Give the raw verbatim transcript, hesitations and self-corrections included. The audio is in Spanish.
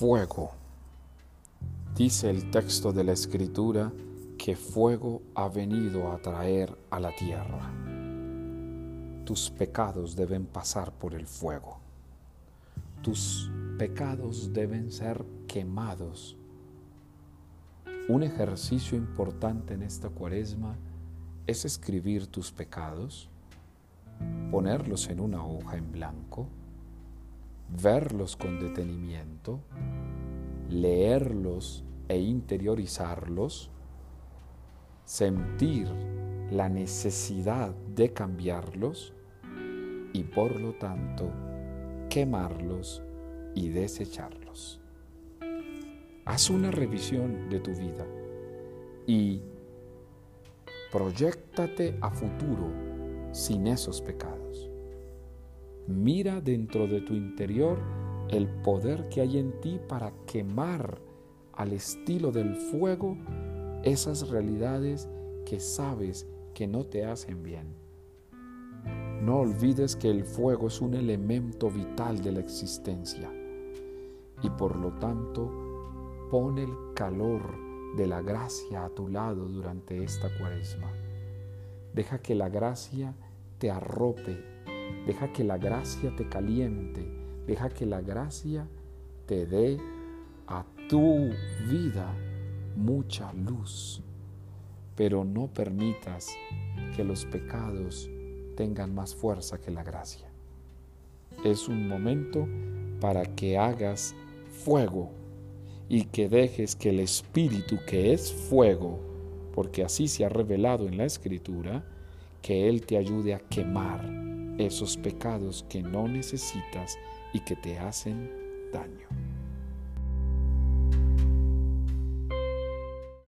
fuego. Dice el texto de la Escritura que fuego ha venido a traer a la tierra. Tus pecados deben pasar por el fuego. Tus pecados deben ser quemados. Un ejercicio importante en esta Cuaresma es escribir tus pecados, ponerlos en una hoja en blanco, verlos con detenimiento, leerlos e interiorizarlos, sentir la necesidad de cambiarlos y por lo tanto quemarlos y desecharlos. Haz una revisión de tu vida y proyéctate a futuro sin esos pecados. Mira dentro de tu interior el poder que hay en ti para quemar al estilo del fuego esas realidades que sabes que no te hacen bien. No olvides que el fuego es un elemento vital de la existencia y por lo tanto pon el calor de la gracia a tu lado durante esta Cuaresma. Deja que la gracia te arrope, deja que la gracia te caliente, deja que la gracia te dé a tu vida mucha luz, pero no permitas que los pecados tengan más fuerza que la gracia. Es un momento para que hagas fuego y que dejes que el Espíritu, que es fuego, porque así se ha revelado en la Escritura, que Él te ayude a quemar esos pecados que no necesitas y que te hacen daño.